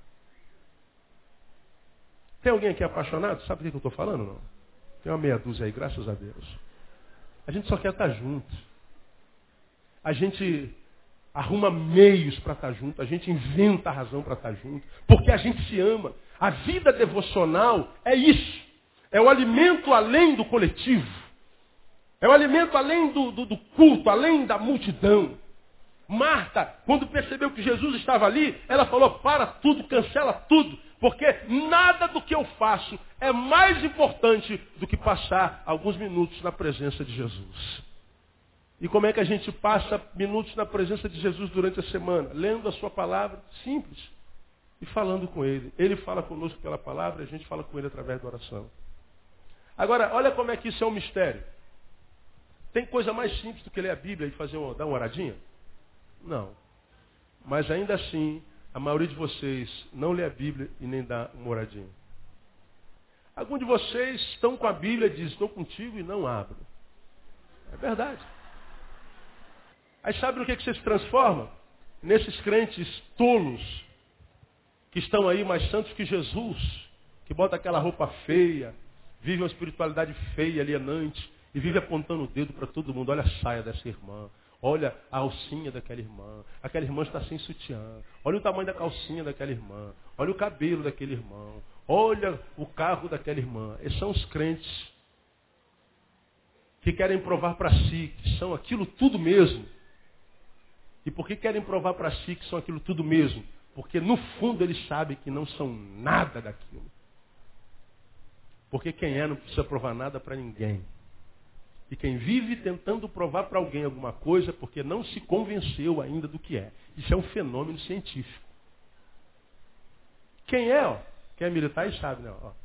Tem alguém aqui apaixonado? Sabe do que eu estou falando? Não? Tem uma meia dúzia aí, graças a Deus. A gente só quer estar junto. A gente arruma meios para estar junto. A gente inventa a razão para estar junto. Porque a gente se ama. A vida devocional é isso. É o alimento além do coletivo. É o alimento além do culto, além da multidão. Marta, quando percebeu que Jesus estava ali, ela falou, para tudo, cancela tudo. Porque nada do que eu faço é mais importante do que passar alguns minutos na presença de Jesus. E como é que a gente passa minutos na presença de Jesus durante a semana? Lendo a sua palavra, simples. E falando com Ele. Ele fala conosco pela palavra, a gente fala com Ele através da oração. Agora, olha como é que isso é um mistério. Tem coisa mais simples do que ler a Bíblia e dar uma oradinha? Não. Mas ainda assim, a maioria de vocês não lê a Bíblia e nem dá uma oradinha. Alguns de vocês estão com a Bíblia e dizem, estou contigo e não abrem. É verdade. Aí sabe no que você se transforma? Nesses crentes tolos, que estão aí mais santos que Jesus, que bota aquela roupa feia, vive uma espiritualidade feia, alienante, e vive apontando o dedo para todo mundo. Olha a saia dessa irmã, olha a alcinha daquela irmã está sem sutiã, olha o tamanho da calcinha daquela irmã, olha o cabelo daquele irmão, olha o carro daquela irmã. Esses são os crentes que querem provar para si que são aquilo tudo mesmo. E por que querem provar para si que são aquilo tudo mesmo? Porque no fundo eles sabem que não são nada daquilo. Porque quem é não precisa provar nada para ninguém. E quem vive tentando provar para alguém alguma coisa é porque não se convenceu ainda do que é. Isso é um fenômeno científico. Quem é, ó? Quem é militar e sabe, né? Ó.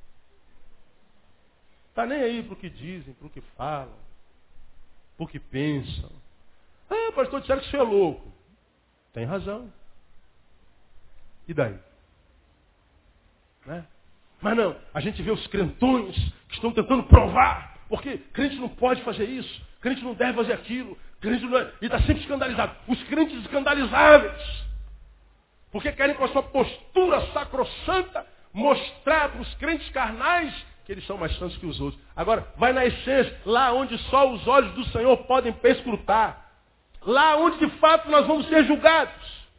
Tá nem aí para o que dizem, para o que falam, para o que pensam. Ah, pastor, disseram que você é louco. Tem razão. E daí? Né? Mas não, a gente vê os crentões que estão tentando provar, porque crente não pode fazer isso, crente não deve fazer aquilo, crente não é, e está sempre escandalizado. Os crentes escandalizáveis, porque querem com a sua postura sacrossanta mostrar para os crentes carnais que eles são mais santos que os outros. Agora, vai na essência, lá onde só os olhos do Senhor podem perscrutar. Lá onde de fato nós vamos ser julgados.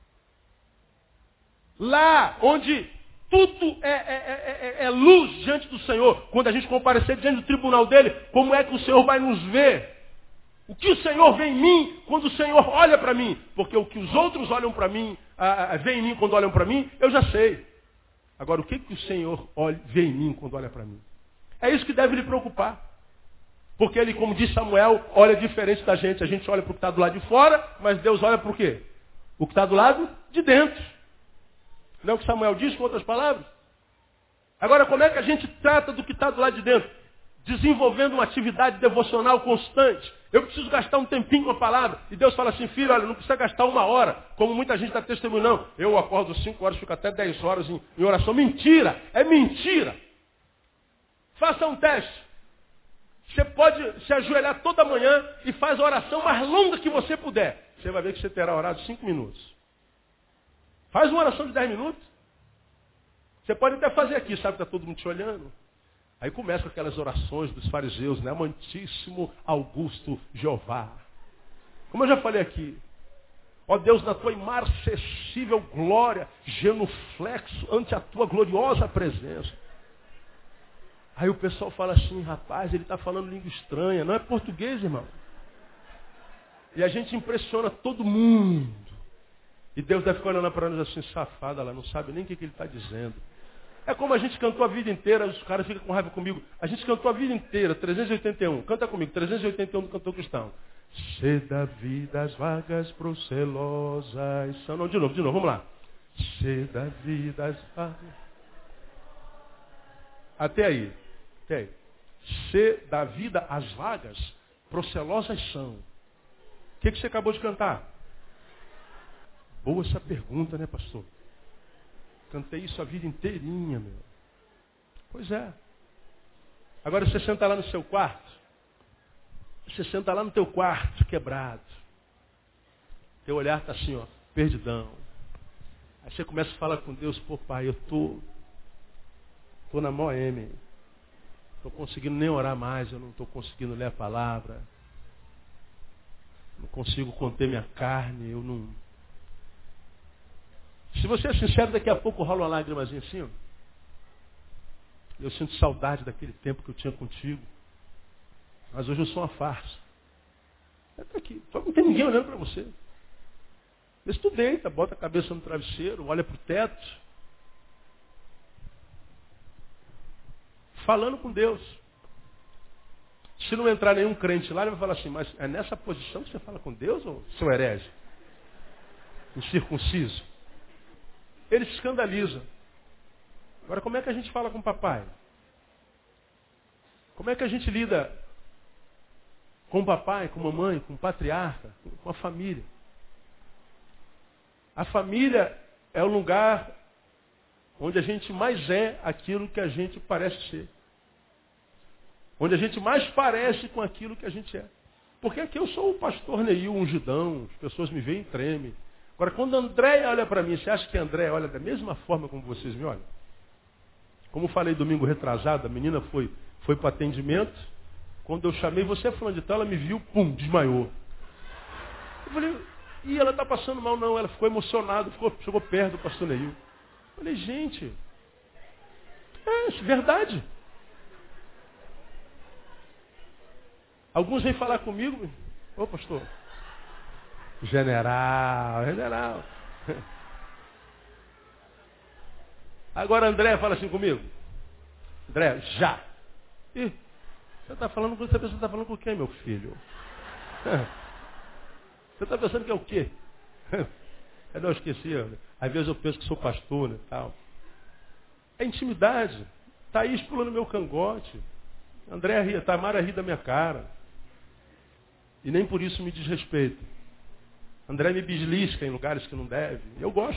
Lá onde tudo é luz diante do Senhor. Quando a gente comparecer diante do tribunal dele, como é que o Senhor vai nos ver? O que o Senhor vê em mim quando o Senhor olha para mim? Porque o que os outros olham para mim, vê em mim quando olham para mim, eu já sei. Agora, o que o Senhor vê em mim quando olha para mim? É isso que deve lhe preocupar. Porque ele, como diz Samuel, olha diferente da gente. A gente olha para o que está do lado de fora, mas Deus olha para o quê? O que está do lado de dentro. Não é o que Samuel diz, com outras palavras? Agora, como é que a gente trata do que está do lado de dentro? Desenvolvendo uma atividade devocional constante. Eu preciso gastar um tempinho com a palavra. E Deus fala assim, filho, olha, não precisa gastar 1 hora, como muita gente está testemunhando. Não, eu acordo 5 horas, fico até 10 horas em oração. Mentira! É mentira! Faça um teste. Você pode se ajoelhar toda manhã e faz a oração mais longa que você puder. Você vai ver que você terá orado 5 minutos. Faz uma oração de 10 minutos. Você pode até fazer aqui, sabe que está todo mundo te olhando. Aí começa aquelas orações dos fariseus, né? Amantíssimo Augusto Jeová. Como eu já falei aqui. Ó Deus, na tua imarcessível glória, genuflexo ante a tua gloriosa presença. Aí o pessoal fala assim, rapaz, ele está falando língua estranha. Não é português, irmão. E a gente impressiona todo mundo. E Deus deve ficar olhando para nós assim, safada, ela não sabe nem o que ele está dizendo. É como a gente cantou a vida inteira, os caras ficam com raiva comigo. A gente cantou a vida inteira, 381. Canta comigo, 381 do cantor cristão. Se da vida as vagas procelosas são... Não, de novo, vamos lá. Se da vida as vagas... Até aí. Se da vida as vagas procelosas são. O que você acabou de cantar? Boa essa pergunta, né, pastor? Cantei isso a vida inteirinha, meu. Pois é. Agora você senta lá no seu quarto. Você senta lá no teu quarto, quebrado. Teu olhar está assim, ó, perdidão. Aí você começa a falar com Deus, pô, pai, eu tô na M. Estou conseguindo nem orar mais, eu não estou conseguindo ler a palavra. Não consigo conter minha carne, eu não... Se você é sincero, daqui a pouco rola uma lágrimazinha assim, ó. Eu sinto saudade daquele tempo que eu tinha contigo. Mas hoje eu sou uma farsa. Está aqui, não tem ninguém olhando para você. Mas tu deita, bota a cabeça no travesseiro, olha para o teto. falando com Deus. Se não entrar nenhum crente lá, ele vai falar assim, mas é nessa posição que você fala com Deus, ou seu herege? Incircunciso? Ele se escandaliza. Agora, como é que a gente fala com o papai? Como é que a gente lida com o papai, com a mamãe, com o patriarca, com a família? A família é o lugar onde a gente mais é aquilo que a gente parece ser. Onde a gente mais parece com aquilo que a gente é. Porque aqui eu sou o pastor Neil, ungidão, as pessoas me veem e tremem. Agora, quando André olha para mim, você acha que André olha da mesma forma como vocês me olham? Como eu falei domingo retrasado, a menina foi para o atendimento. Quando eu chamei, você é fulano de tal, ela me viu, pum, desmaiou. Eu falei, e ela está passando mal? Não, ela ficou emocionada, chegou perto do pastor Neil. Eu falei, gente, isso é verdade. Alguns vêm falar comigo, ô pastor, general. Agora André fala assim comigo. André, já. Ih, você está falando com você está falando com quem, meu filho? Você está pensando que é o quê? Eu esqueci. Às vezes eu penso que sou pastor, né, tal. É intimidade. Thaís pulando meu cangote. André ri, Tamara ri da minha cara. E nem por isso me desrespeita. André me bislisca em lugares que não deve. Eu gosto.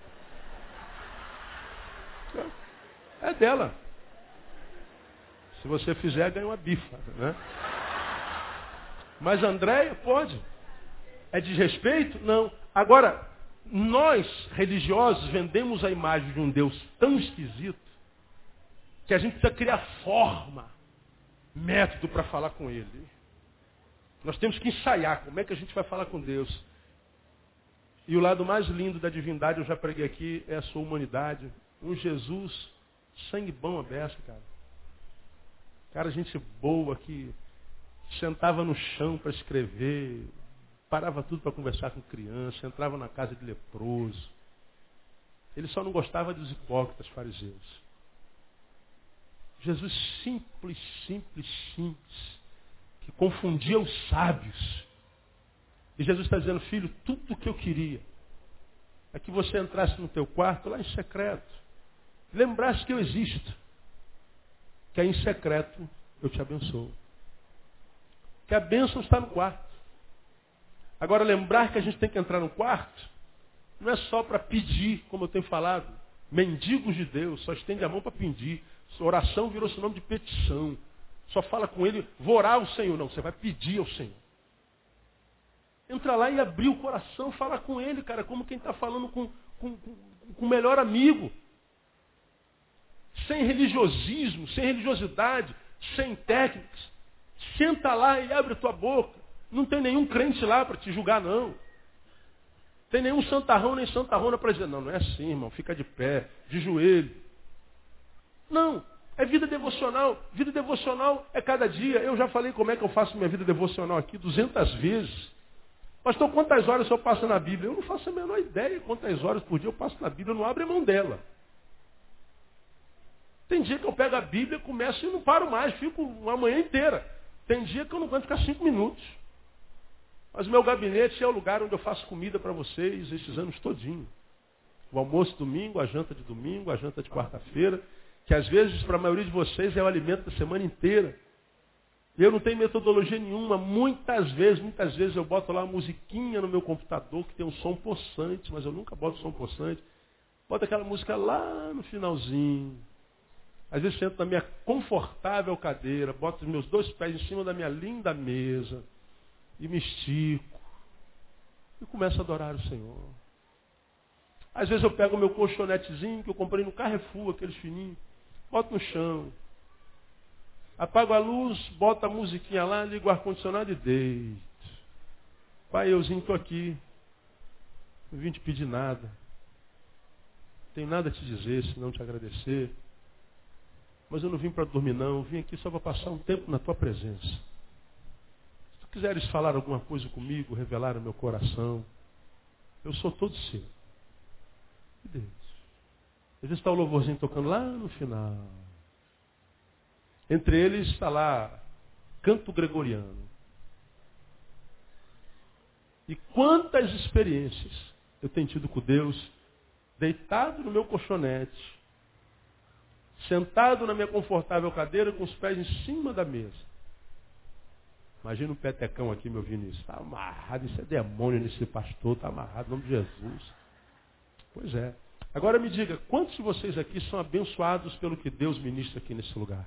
É dela. Se você fizer, ganha uma bifa, né? Mas André pode. É desrespeito? Não. Agora, nós, religiosos, vendemos a imagem de um Deus tão esquisito que a gente precisa criar forma, método para falar com Ele. Nós temos que ensaiar como é que a gente vai falar com Deus. E o lado mais lindo da divindade, eu já preguei aqui, é a sua humanidade. Um Jesus, sangue bom a beça, cara. Cara, gente boa que sentava no chão para escrever, parava tudo para conversar com criança, entrava na casa de leproso. Ele só não gostava dos hipócritas fariseus. Jesus simples, que confundia os sábios. E Jesus está dizendo, filho, tudo o que eu queria é que você entrasse no teu quarto, lá em secreto, lembrasse que eu existo, que aí em secreto eu te abençoo. Que a bênção está no quarto. Agora, lembrar que a gente tem que entrar no quarto, não é só para pedir, como eu tenho falado, mendigos de Deus, só estende a mão para pedir. Oração virou sinônimo de petição. Só fala com ele, vou orar ao Senhor. Não, você vai pedir ao Senhor. Entra lá e abrir o coração, fala com ele, cara, como quem está falando com o melhor amigo. Sem religiosismo, sem religiosidade, sem técnicas. Senta lá e abre a tua boca. Não tem nenhum crente lá para te julgar, não. Tem nenhum santarrão nem santarrona para dizer, não é assim, irmão, fica de pé, de joelho. Não, é vida devocional. Vida devocional é cada dia. Eu já falei como é que eu faço minha vida devocional aqui 200 vezes. Pastor, quantas horas eu passo na Bíblia? Eu não faço a menor ideia quantas horas por dia eu passo na Bíblia. Eu não abro a mão dela. Tem dia que eu pego a Bíblia, começo e não paro mais. Fico uma manhã inteira. Tem dia que eu não aguento ficar 5 minutos. Mas o meu gabinete é o lugar onde eu faço comida para vocês esses anos todinho. O almoço domingo, a janta de domingo, a janta de quarta-feira. Que às vezes, para a maioria de vocês, é o alimento da semana inteira. E eu não tenho metodologia nenhuma. Muitas vezes eu boto lá uma musiquinha no meu computador que tem um som possante, mas eu nunca boto som possante. Boto aquela música lá no finalzinho. Às vezes sento na minha confortável cadeira, boto os meus 2 pés em cima da minha linda mesa e me estico. E começo a adorar o Senhor. Às vezes eu pego o meu colchonetezinho que eu comprei no Carrefour, aqueles fininhos. Boto no chão. Apago a luz, boto a musiquinha lá, ligo o ar-condicionado e deito. Pai, euzinho, estou aqui. Não vim te pedir nada. Não tenho nada a te dizer, senão te agradecer. Mas eu não vim para dormir, não. Eu vim aqui só para passar um tempo na tua presença. Se tu quiseres falar alguma coisa comigo, revelar o meu coração, eu sou todo seu. E Deus. Às vezes está o louvorzinho tocando lá no final. Entre eles está lá canto gregoriano. E quantas experiências eu tenho tido com Deus, deitado no meu colchonete, sentado na minha confortável cadeira com os pés em cima da mesa. Imagina um petecão aqui me ouvindo isso. Está amarrado, isso é demônio nesse pastor, está amarrado, em nome de Jesus. Pois é. Agora me diga, quantos de vocês aqui são abençoados pelo que Deus ministra aqui nesse lugar?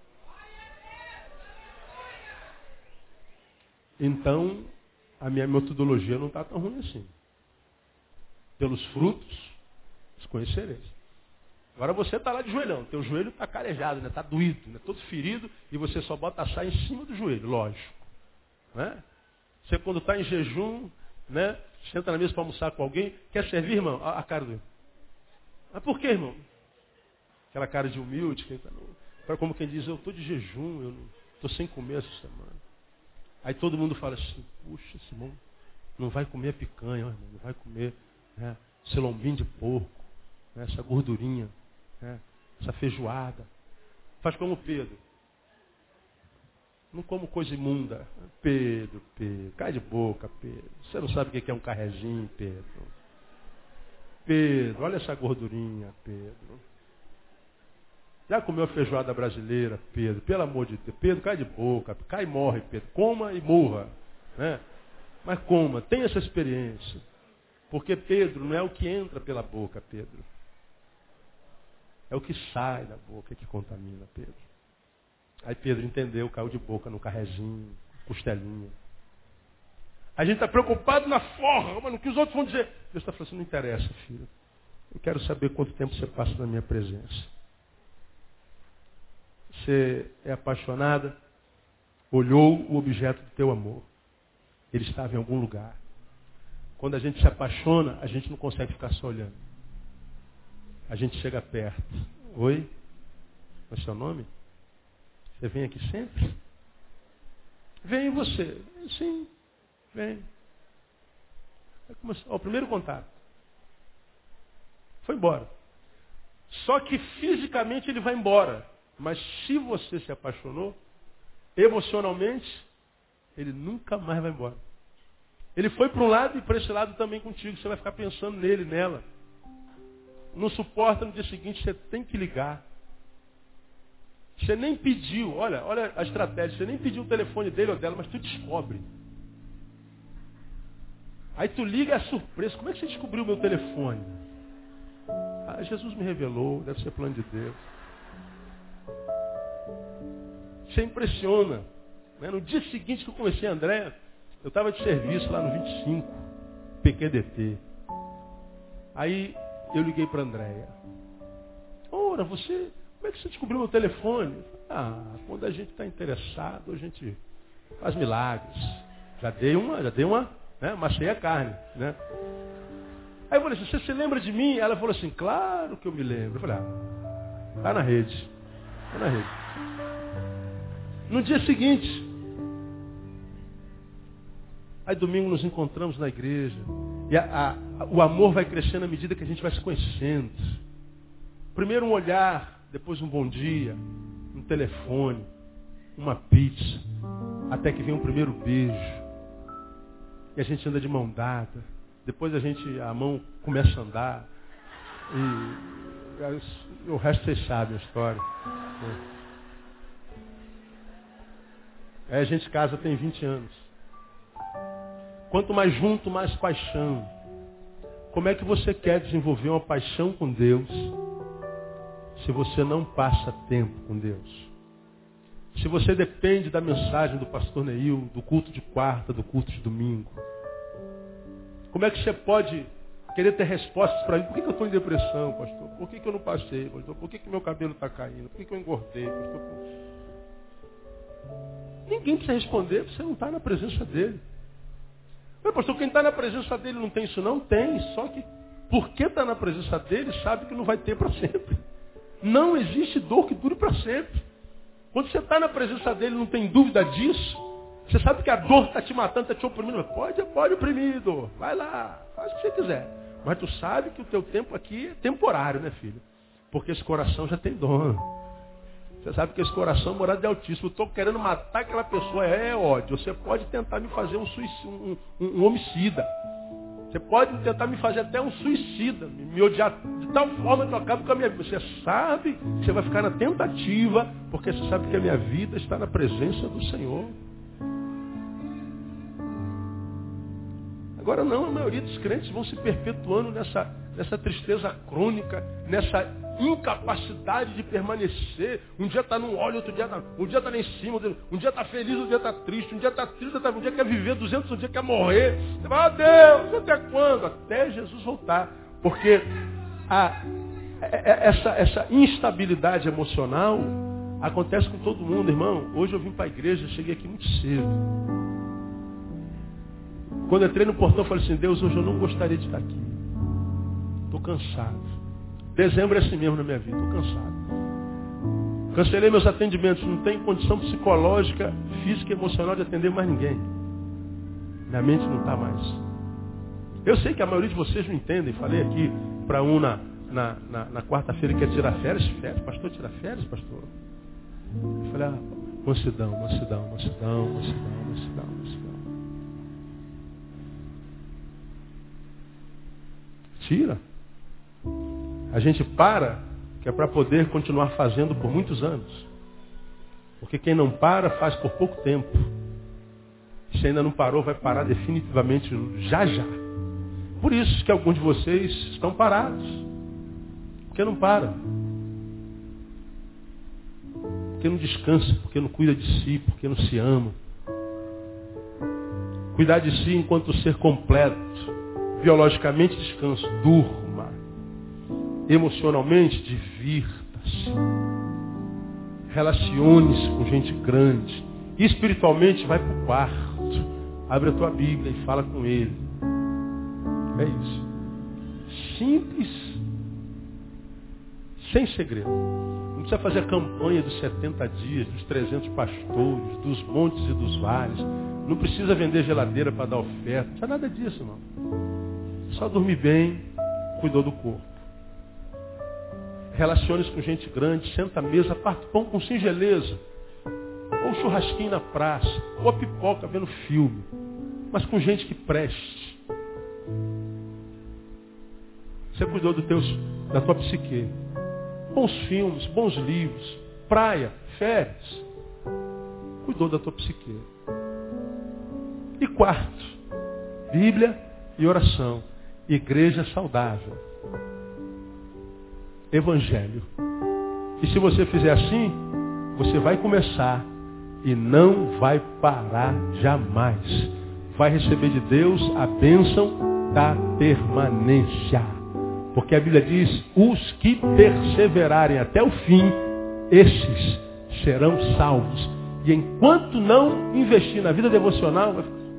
Então, a minha metodologia não está tão ruim assim. Pelos frutos, os conhecereis. Agora você está lá de joelhão, teu joelho está carejado, está doído, todo ferido, e você só bota a saia em cima do joelho, lógico. Né? Você quando está em jejum, né, senta na mesa para almoçar com alguém, quer servir, irmão? A cara do... Mas por que, irmão? Aquela cara de humilde, como quem diz, eu estou de jejum, eu estou sem comer essa semana. Aí todo mundo fala assim, puxa, esse irmão não vai comer a picanha, irmão, não vai comer, né, esse lombinho de porco, né, essa gordurinha, né, essa feijoada. Faz como Pedro. Não como coisa imunda. Pedro, cai de boca, Pedro. Você não sabe o que é um carrezinho, Pedro. Pedro, olha essa gordurinha, Pedro. Já comeu a feijoada brasileira, Pedro? Pelo amor de Deus. Pedro, cai de boca. Cai e morre, Pedro. Coma e morra. Né? Mas coma, tenha essa experiência. Porque Pedro não é o que entra pela boca, Pedro. É o que sai da boca que contamina, Pedro. Aí Pedro entendeu, caiu de boca no carrezinho, costelinha. A gente está preocupado na forma, no que os outros vão dizer. Deus está falando assim, não interessa, filho. Eu quero saber quanto tempo você passa na minha presença. Você é apaixonada, olhou o objeto do teu amor. Ele estava em algum lugar. Quando a gente se apaixona, a gente não consegue ficar só olhando. A gente chega perto. Oi? Qual é o seu nome? Você vem aqui sempre? Vem você. Sim, vem. O primeiro contato. Foi embora. Só que fisicamente ele vai embora. Mas se você se apaixonou, emocionalmente, ele nunca mais vai embora. Ele foi para um lado e para esse lado também contigo. Você vai ficar pensando nele, nela. Não suporta no dia seguinte, você tem que ligar. Você nem pediu, olha a estratégia, você nem pediu o telefone dele ou dela, mas tu descobre. Aí tu liga, é surpresa. Como é que você descobriu o meu telefone? Ah, Jesus me revelou, deve ser plano de Deus. Você impressiona. Né? No dia seguinte que eu conheci a Andréia, eu estava de serviço lá no 25, PQDT. Aí eu liguei para a Andréia. Ora, como é que você descobriu meu telefone? Ah, quando a gente está interessado, a gente faz milagres. Já dei uma, né? Amassei a carne, né? Aí eu falei assim, você se lembra de mim? Ela falou assim, claro que eu me lembro. Eu falei, tá na rede. Tá na rede. No dia seguinte, aí domingo nos encontramos na igreja. E o amor vai crescendo à medida que a gente vai se conhecendo. Primeiro um olhar, depois um bom dia, um telefone, uma pizza, até que vem um primeiro beijo. E a gente anda de mão dada. Depois a mão começa a andar. E o resto vocês sabem a história. Aí a gente casa tem 20 anos. Quanto mais junto, mais paixão. Como é que você quer desenvolver uma paixão com Deus se você não passa tempo com Deus? Se você depende da mensagem do pastor Neil, do culto de quarta, do culto de domingo? Como é que você pode querer ter respostas para mim? Por que eu estou em depressão, pastor? Por que eu não passei, pastor? Por que meu cabelo está caindo? Por que eu engordei, pastor? Ninguém precisa responder, você não está na presença dele. Mas, pastor, quem está na presença dele não tem isso? Não tem, só que porque está na presença dele, sabe que não vai ter para sempre. Não existe dor que dure para sempre. Quando você está na presença dele, não tem dúvida disso. Você sabe que a dor está te matando, está te oprimindo. Mas pode oprimir, dor. Vai lá, faz o que você quiser. Mas tu sabe que o teu tempo aqui é temporário, né, filho? Porque esse coração já tem dono. Você sabe que esse coração morado de Altíssimo. Eu estou querendo matar aquela pessoa. É ódio. Você pode tentar me fazer um homicida. Você pode tentar me fazer até um suicida. Me odiar de tal forma que eu acabo com a minha vida. Você sabe que você vai ficar na tentativa, porque você sabe que a minha vida está na presença do Senhor. Agora não, a maioria dos crentes vão se perpetuando nessa tristeza crônica, nessa incapacidade de permanecer. Um dia está num óleo, outro dia está lá em cima, um dia está feliz, outro dia está triste, um dia está triste, um dia quer viver 200, um dia quer morrer. Você fala, Deus, até quando? Até Jesus voltar. Porque essa instabilidade emocional acontece com todo mundo, irmão. Hoje eu vim para a igreja, cheguei aqui muito cedo. Quando eu entrei no portão, eu falei assim, Deus, hoje eu não gostaria de estar aqui. Estou cansado. Dezembro é assim mesmo na minha vida, estou cansado. Cancelei meus atendimentos, não tenho condição psicológica, física e emocional de atender mais ninguém. Minha mente não está mais. Eu sei que a maioria de vocês não entendem. Falei aqui para um na quarta-feira que quer tirar férias. Pastor, tirar férias, pastor? Eu falei, mansidão. Tira. A gente para, que é para poder continuar fazendo por muitos anos. Porque quem não para, faz por pouco tempo. Se ainda não parou, vai parar definitivamente já. Por isso que alguns de vocês estão parados. Porque não para. Porque não descansa, porque não cuida de si, porque não se ama. Cuidar de si enquanto ser completo. Biologicamente, descanso, durma. Emocionalmente, divirta-se. Relacione-se com gente grande. E espiritualmente, vai para o quarto. Abre a tua Bíblia e fala com ele. É isso. Simples. Sem segredo. Não precisa fazer a campanha dos 70 dias, dos 300 pastores, dos montes e dos vales. Não precisa vender geladeira para dar oferta. Não precisa nada disso, não. Só dormir bem, cuidou do corpo. Relacione-se com gente grande, senta à mesa, parte pão com singeleza. Ou um churrasquinho na praça, ou a pipoca vendo filme. Mas com gente que preste. Você cuidou da tua psique. Bons filmes, bons livros, praia, férias. Cuidou da tua psique. E quarto, Bíblia e oração. Igreja saudável. Evangelho. E se você fizer assim, você vai começar e não vai parar jamais. Vai receber de Deus a bênção da permanência. Porque a Bíblia diz, os que perseverarem até o fim, esses serão salvos. E enquanto não investir na vida devocional,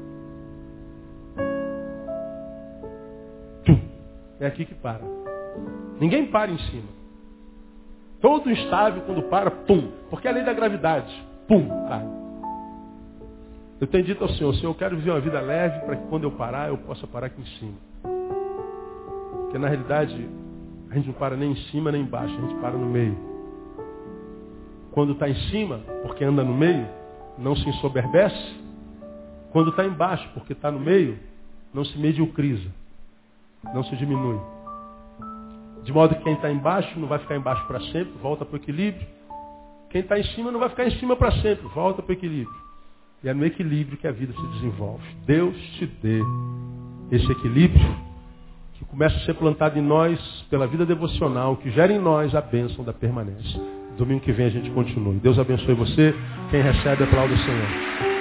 é aqui que para. Ninguém para em cima. Todo instável, quando para, pum. Porque é a lei da gravidade. Pum, cai. Eu tenho dito ao Senhor, eu quero viver uma vida leve para que quando eu parar, eu possa parar aqui em cima. Porque na realidade, a gente não para nem em cima nem embaixo, a gente para no meio. Quando está em cima, porque anda no meio, não se ensoberbece. Quando está embaixo, porque está no meio, não se mediocriza. Não se diminui. De modo que quem está embaixo não vai ficar embaixo para sempre, volta para o equilíbrio. Quem está em cima não vai ficar em cima para sempre, volta para o equilíbrio. E é no equilíbrio que a vida se desenvolve. Deus te dê esse equilíbrio que começa a ser plantado em nós pela vida devocional, que gera em nós a bênção da permanência. Domingo que vem a gente continua. Deus abençoe você. Quem recebe, aplauda o Senhor.